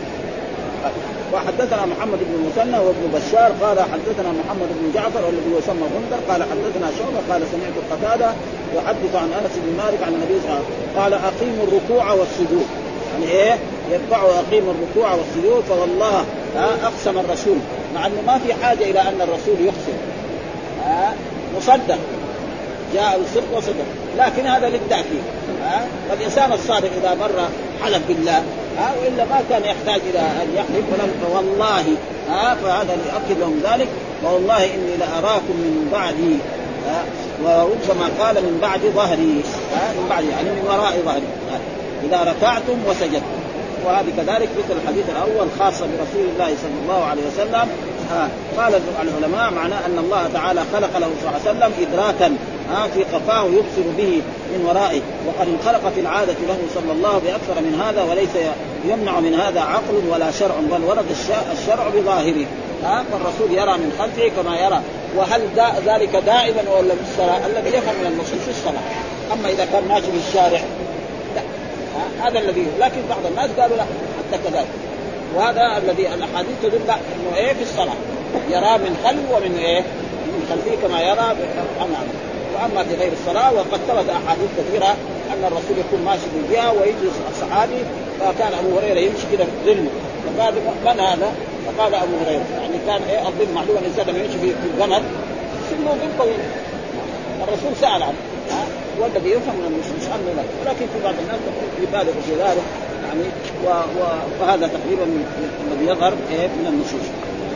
وحدثنا محمد بن المثنى وابن بشار قال حدثنا محمد بن جعفر والذي يسمى غندر قال حدثنا شعبة قال سمعت قتادة يحدث عن أنس بن مالك عن النبي صلى الله عليه وسلم قال أقيموا الركوع والسجود، يعني إيه يرفع وأقيم الركوع والسجود، فوالله أقسم الرسول مع أنه ما في حاجة إلى أن الرسول يقسم، مصدق جاء الصدق وصدق، لكن هذا للتأكيد. فالإنسان الصادق إذا مر حلف بالله وإلا ما كان يحتاج إلى أن يحلف، والله فهذا يؤكد لهم ذلك، والله إني لأراكم من بعدي، وربما قال من بعد ظهري، من بعد يعني من وراء ظهري إذا ركعتم وسجدتم. وهذه كذلك مثل الحديث الأول خاصة برسول الله صلى الله عليه وسلم. قال العلماء معناه أن الله تعالى خلق له صلى الله عليه وسلم إدراكا في قفاه يبصر به من ورائه، وقد انخلقت العادة له صلى الله بأكثر من هذا، وليس يمنع من هذا عقل ولا شرع، بل ورد الشرع بظاهره، فالرسول يرى من خلفه كما يرى. وهل ذلك دائما ولا في الصلاة؟ الذي يفهم من النصوص في الصلاة، أما إذا كان ماشي في الشارع لا، هذا الذي، لكن بعض الناس قالوا لا حتى كذلك، وهذا الذي الأحاديث تدل إنه إيه في الصلاة يرى من خلف ومن إيه من خلفه كما يرى أمامه. وأما في غير الصلاة وقد ثبت أحاديث كثيرة أن الرسول يكون ماشي في الجهة ويجلس الصحابي، فكان أبو هريرة يمشي كده في ظل، فقال من هذا؟ فقال أبو هريرة، يعني كان إيه الظل معلومة الإنسان لما يمشي في الجمل سنه ظل طويل، الرسول سأل عنه والذي يفهم من النصوص عنه لا، ولكن في بعض الناس يبالغ في ذلك يعني، وهذا تقريبا الذي يظهر من النصوص.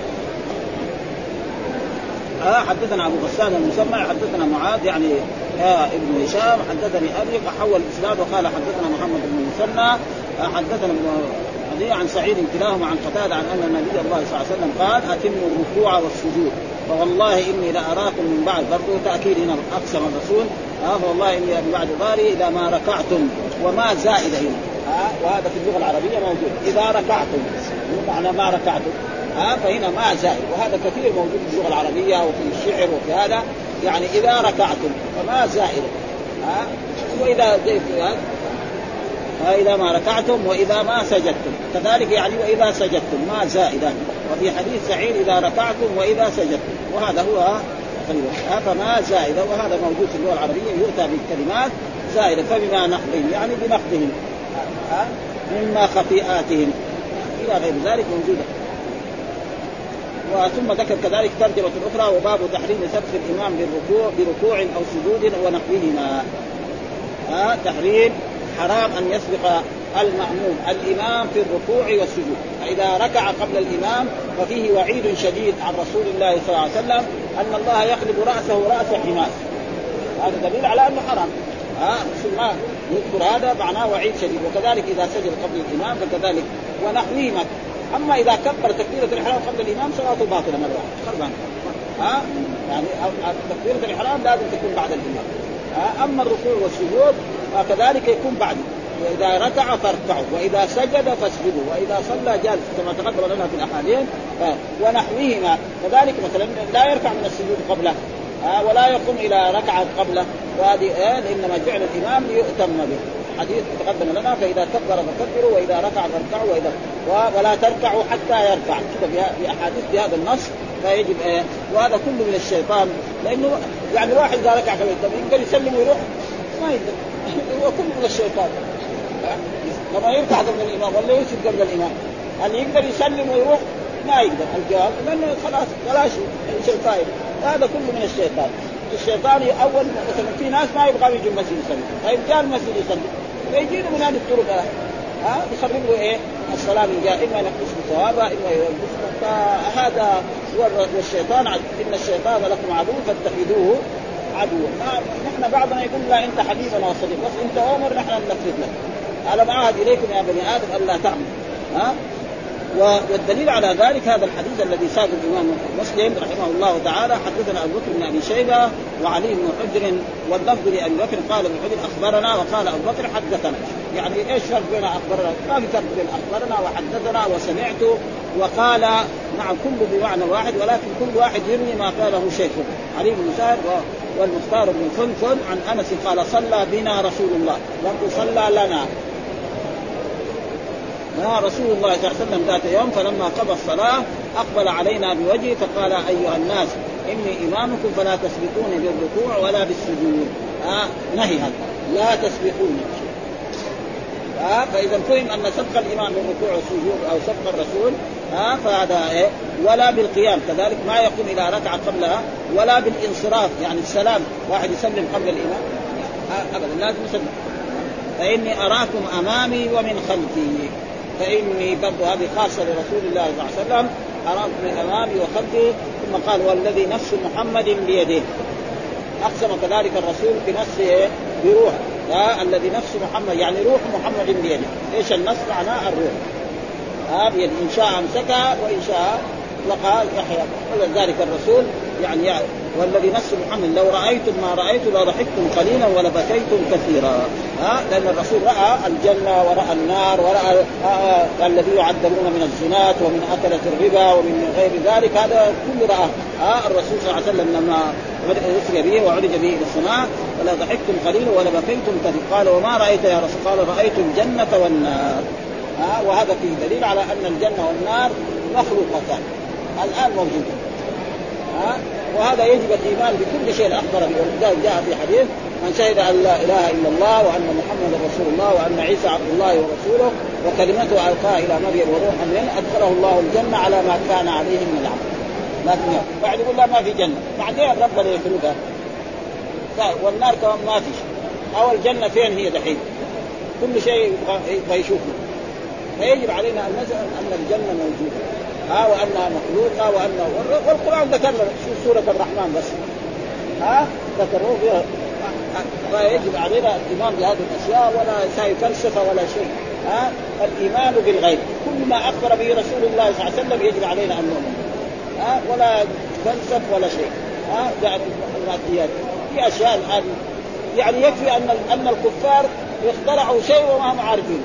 حدثنا أبو غسان المسمع حدثنا معاذ يعني ابن هشام حدثني أبي فحول الإسناد وقال حدثنا محمد بن المثنى حدثنا الزهري عن سعيد كلاهما عن قتادة عن أن النبي الله صلى الله عليه وسلم قال أتموا الركوع والسجود فوالله إني لأراكم من بعد برضو تأكيد هنا أقسم الرسول فوالله إني من بعد ظهري إذا ما ركعتم وما زائد هنا وهذا في اللغة العربية موجود إذا ركعتم معنى ما ركعتم فهنا ما زائد وهذا كثير موجود في اللغة العربية وفي الشعر وفي هذا يعني إذا ركعتم فما زائد وإذا إذا ما ركعتم وإذا ما سجدتم كذلك يعني وإذا سجدتم ما زائدا وفي حديث سعيد إذا ركعتم وإذا سجدتم وهذا هو فما زائدا وهذا موجود في اللغة العربية يؤتى بالكلمات زائدة فبما نقضهم يعني بنقضهم مما خطيئاتهم إلى غير ذلك موجودة. وثم ذكر كذلك ترجمة أخرى وباب تحريم سبق الإمام بركوع أو سجود ونحوهما تحريم حرام أن يسبق المأموم الإمام في الركوع والسجود فإذا ركع قبل الإمام ففيه وعيد شديد عن رسول الله صلى الله عليه وسلم أن الله يقلب رأسه رأس حماس هذا دليل على أنه حرام ما يذكر هذا معناه وعيد شديد وكذلك إذا سجد قبل الإمام فكذلك ونحوهما. أما إذا كبر تكبيرة الإحرام قبل الإمام صلاته باطلة مرة خربان يعني تكبيرة الإحرام لازم تكون بعد الإمام أما الركوع والسجود فكذلك يكون بعد وإذا ركع فاركعوا وإذا سجد فاسجدوا وإذا صلى جالس كما تقدم لنا في الأحاديث ونحوهما كذلك مثلا لا يركع من السجود قبله ولا يقوم إلى ركعة قبله وهذه إنما جعل الإمام ليؤتم به حديث تقدم لنا فإذا كبر فكبروا وإذا ركع فاركعوا ولا تركعوا حتى يركع كده في أحاديث بهذا النص فيجب وهذا كله من الشيطان لأنه يعني واحد إذا ركع يقدر يسلم ويروح ما يقدر هو كله من الشيطان لما يركع قبل الإمام ولا يسجد قبل الإمام هل يقدر يسلم ويروح ما يقدر الجواب لأنه خلاص ولا شيء فايد هذا كله من الشيطان أول مثلا في ناس ما يبغى يجوا المسجد يصلي طيب جاء المسجد يصلي فيجينا من هذه الطرق يخرب له الصلاة من جاء إما ينقص ثوابا إما ينقص فهذا هو الشيطان إن الشيطان لكم عدو فاتخذوه عدوا نحن بعضنا يقول لا أنت حبيبنا وصديق بس أنت أمر نحن ننفذ لك أنا معاهد إليكم يا بني آدم ألا تعمل والدليل على ذلك هذا الحديث الذي ساق الإمام مسلم رحمه الله تعالى حدثنا أبو بكر بن أبي شيبة وعلي بن حجر واللفظ لأبي بكر قال ابن حجر أخبرنا وقال أبو بكر حدثنا يعني إيش فرق بين أخبرنا ما في فرق بين أخبرنا وحدثنا وسمعت وقال نعم كله بمعنى واحد ولكن كل واحد يروي ما قاله شيخه علي بن سعد والمختار بن فنفن عن أنس قال صلى بنا رسول الله لم صلى لنا رسول الله صلى الله عليه وسلم ذات يوم فلما قضى الصلاة أقبل علينا بوجهه فقال أيها الناس إني إمامكم فلا تسبقوني بالركوع ولا بالسجود نهي هذا لا تسبقوني فإذا فهم أن سبق الإمام بالركوع والسجود أو سبق الرسول فهذا ولا بالقيام كذلك ما يقوم إلى ركعة قبلها ولا بالانصراف يعني السلام واحد يسلم قبل الإمام أبدا لازم يسلم فإني أراكم أمامي ومن خلفي فإني برضو هذه خاصة لرسول الله صلى الله عليه وسلم أراكم من أمامي وخلفي ثم قال والذي نفس محمد بيده أقسم كذلك الرسول بنفسه بروح الذي نفس محمد يعني روح محمد بيده إيش النص معناه الروح بيد إن شاء أمسكها وإن شاء وقال يحيى ولذلك الرسول يعني والذي نفس محمد لو رأيتم ما رأيت لضحكتم قليلا ولبكيتم كثيرا لأن الرسول رأى الجنة ورأى النار ورأى الذي يعذبون من الزنات ومن أكلة الربا ومن غير ذلك هذا كله رأى الرسول صلى الله عليه وسلم لما أسري به وعرج به إلى السماء ولا ضحكتم قليلا ولبكيتم كثيرا قال وما رأيت يا رسول قال رأيت الجنة والنار وهذا فيه دليل على أن الجنة والنار مخلوقتان الآن موجودة وهذا يجب الإيمان بكل شيء أخبر به ولذلك جاء في حديث من شهد أن لا إله إلا الله وأن محمد رسول الله وأن عيسى عبد الله ورسوله وكلمته ألقاها إلى مريم وروحا منه أدخله الله الجنة على ما كان عليه من العمل لكن بعد يقول لا ما في جنة بعدين ربنا يخلقها والنار كمان ما في شيء أو الجنة فين هي دحين كل شيء يبغى يشوفه فيجب علينا أن نزعم أن الجنة موجودة وأنها مخلوقة وأنه والقرآن ذكر شو سورة الرحمن بس ذكروه فيها فيجب علينا الاهتمام بهذه الأشياء ولا شيء فلسفة ولا شيء الإيمان بالغيب، كل ما أخبر به رسول الله صلى الله عليه وسلم يجب علينا أن نؤمن، ولا فلسف ولا شيء. يعني الماديات في أشياء الآن يعني يكفي أن الكفار اخترعوا شيء وما هم عارفين.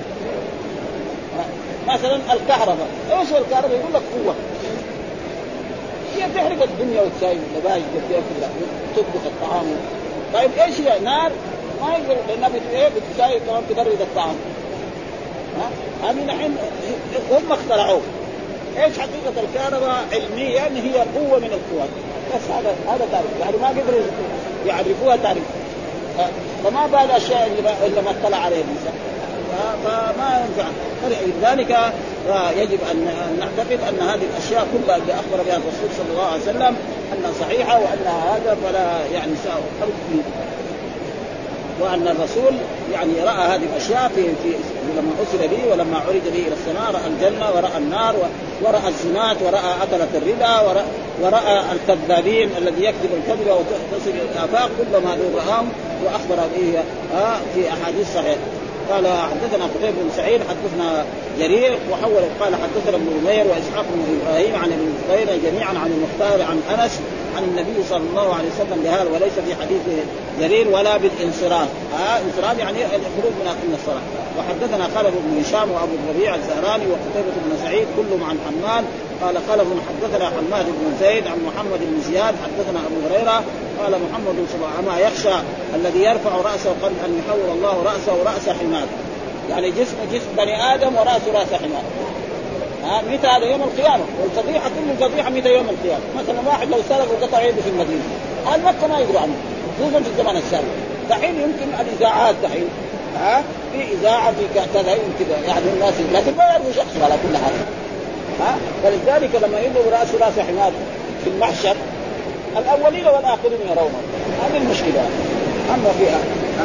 مثلا الكهرباء، ايش الكهرباء؟ يقول لك قوة، هي تحرق الدنيا وتساوي النباش كلها وتطبخ الطعام. طيب ايش هي؟ نار ما يقدر، لانها بتساوي كمان تبرد الطعام. هذه نحن هم اخترعوه. ايش حقيقة الكهرباء علميا؟ هي قوة من القوات، بس هذا تعرف، يعني ما قدروا يعرفوها تعريف. فما بال الاشياء اللي ما اطلع عليه الانسان، فما ينفع. لذلك يجب ان نعتقد ان هذه الاشياء كلها اللي اخبر بها الرسول صلى الله عليه وسلم انها صحيحه، وانها هذا فلا يعني سأخرج فيه. وأن الرسول يعني رأى هذه الأشياء في لما أسر به ولما عرج به إلى السماء، رأى الجنة ورأى النار ورأى الزنات ورأى أكلة الربا ورأى الكذابين الذي يكذب الكذب وتصل الآفاق، كل ما رآهم وأخبر به في أحاديث صحيحة. قال حدثنا قتيبة بن سعيد حدثنا جرير وحول قال حدثنا ابن نمير وإسحاق بن إبراهيم عن ابن زبير جميعا عن المختار عن أنس عن النبي صلى الله عليه وسلم بهذا، وليس في حديث جرير ولا بالانصراف. انصراف يعني الخروج من الصلاة. وحدثنا خالد بن هشام وأبو الربيع الزهراني وقتيبة بن سعيد كلهم عن حماد قال خالد حدثنا حماد بن زيد عن محمد بن زياد حدثنا أبو هريرة قال محمد صلى الله عليه وسلم: أما يخشى الذي يرفع رأسه قبل أن يحول الله رأسه رأس حمار، يعني جسم بني آدم ورأسه رأس حمار. متى هذا؟ يوم القيامة. والفضيحة كل الفضيحة متى؟ يوم القيامة. مثلا واحد لو سرق وقطع يده في المدينة، هل مكة ما يقدروا عنه، خصوصا في الزمن السابق. دحين يمكن الإذاعات دحين في إذاعة في كذا يمكن يعني الناس، لكن ما يعرفوا شخص على كل حال. فلذلك لما يضرب رأسه رأس حمار في المحشر الأولين والآخرين يرونه، هذه المشكلة. أما فيها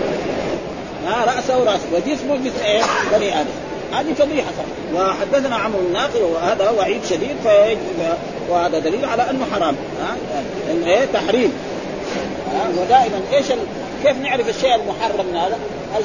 رأسه رأس وجسمه جسم بني آدم، هذه فضيحة صح. وحدثنا عمرو الناقي وهذا وعيد شديد، وهذا دليل على أنه حرام، إنه تحريم. ودائما كيف نعرف الشيء المحرم من هذا؟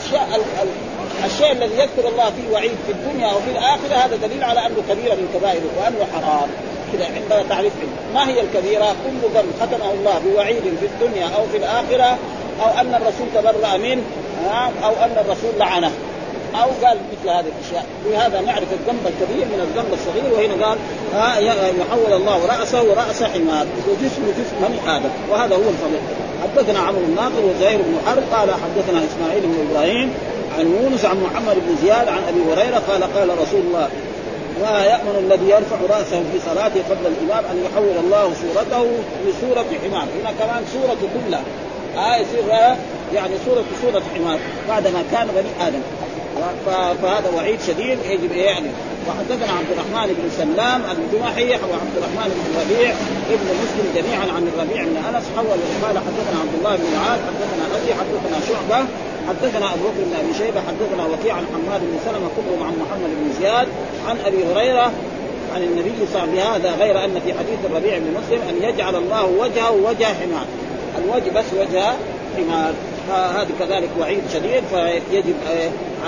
الشيء الذي يذكر الله فيه وعيد في الدنيا وفي الآخرة، هذا دليل على أنه كبيرة من كبائره وأنه حرام. كده عندنا تعريف ما هي الكبيرة؟ كل ذنب ختمه الله بوعيد في الدنيا أو في الآخرة، أو أن الرسول تبرأ منه، أو أن الرسول لعنه، أو قال مثل هذه الأشياء. وهذا نعرف الذنب الكبير من الذنب الصغير. وهنا قال يحول الله رأسه رأس حمار وجسمه جسم بني آدم، وهذا هو الفضل. حدثنا عمرو الناقي وزهير بن حرب قال حدثنا إسماعيل بن إبراهيم عن يونس عن محمد بن زياد عن أبي هريرة قال رسول الله: لا يأمن الذي يرفع رأسه في صلاته قبل الإمام أن يحول الله صورته لصورة حمار. هنا كمان صورة كلها يصير يعني صورة حمار بعدما كان بني آدم. فهذا وعيد شديد يجب يعني. وحدثنا عبد الرحمن بن سلام الجمحي وعبد الرحمن بن ربيع ابن مسلم جميعا عن الربيع بن أنس حول قال حدثنا عبد الله بن معاذ حدثنا أبي حدثنا شعبة حدثنا أبو بكر بن أبي شيبة حدثنا وكيع عن حماد بن سلمة كلهم عن محمد بن زياد عن أبي هريرة عن النبي صلى الله عليه وسلم بهذا، غير أن في حديث الربيع بن مسلم أن يجعل الله وجهه وجه حمار، الوجه بس وجه حمار. فهذا كذلك وعيد شديد. فيجب عن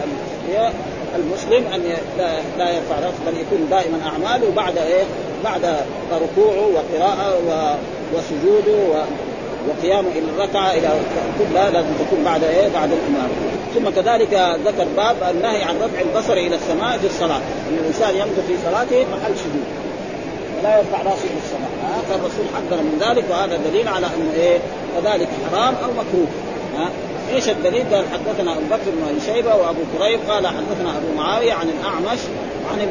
المسلم أن لا يرفع رأسه، بل يكون دائما أعماله بعد ركوعه وقراءة وسجوده وقيامه إلى الركعة إلى كلها لازم تكون بعد الإمام. ثم كذلك ذكر باب النهي عن رفع البصر إلى السماء في الصلاة، أن الإنسان يمضي في صلاته محل سجود ولا يرفع رأسه إلى السماء. فالرسول حذر من ذلك، وهذا دليل على أنه كذلك حرام أو مكروه. ايش الدليل؟ قال حدثنا ابو بكر بن ابي شيبه وابو كريب قال حدثنا ابو معاويه عن الاعمش عن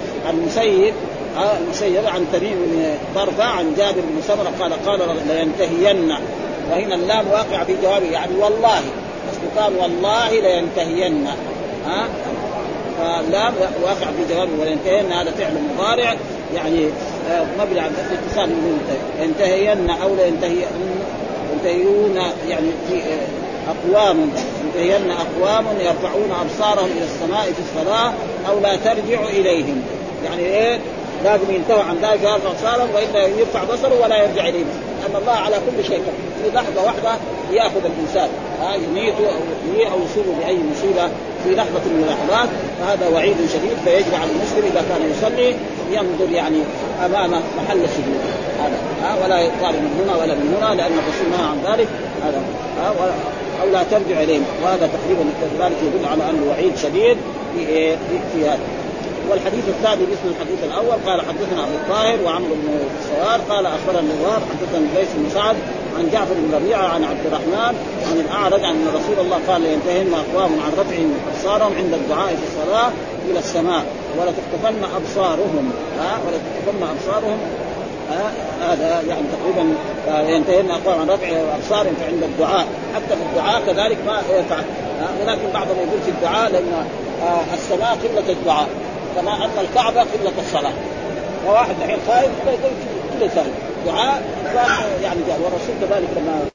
المسيب عن تميم بن طرفه عن جابر بن سمره قال لينتهين، وهنا اللام واقع في جوابه يعني والله، بس قال والله لينتهين، فاللام واقع في جوابه ولينتهين هذا فعل مضارع يعني مبني على الاتصال ينتهين او ينتهيون يعني في أقوام ينتهين أقوام يرفعون أبصارهم إلى السماء في الصلاة أو لا ترجع إليهم، يعني لازم ينتهوا عن ذلك يرفع أبصارهم وإلا يرفع بصره ولا يرجع إليهم، لأن الله على كل شيء في لحظة واحدة يأخذ الإنسان يميته أو يحييه أو يصيبه بأي مصيبة في لحظة من اللحظات، فهذا وعيد شديد. فيجب على المسلم إذا كان يصلي ينظر يعني أمام محل السجود هذا ولا يطالع من هنا ولا من هنا، لأن الرسول نهى عن ذلك هذا أو لا ترجع إليهم. وهذا تقريبا ذلك يدل على أنه وعيد شديد في هذا. والحديث الثاني مثل الحديث الأول. قال حدثنا أبو الطاهر وعمرو بن السوار قال أخبرنا النوار حدثنا ليث بن سعد عن جعفر بن ربيعة عن عبد الرحمن عن الأعرج عن رسول الله قال ينتهن أقوام عن رفع أبصارهم عند الدعاء في الصلاة إلى السماء ولا تختفن أبصارهم ولا تختفن أبصارهم. هذا يعني تقريبا ينتهن أقوام عن رفع أبصارهم عند الدعاء. حتى في الدعاء كذلك ما يفعل، ولكن بعضهم يقول في الدعاء لأن السماء قبلة الدعاء كما أن الكعبة قبلة الصلاة. وواحد الحين خائف كل سنة دعاء يعني جاء. والرسول كذلك لما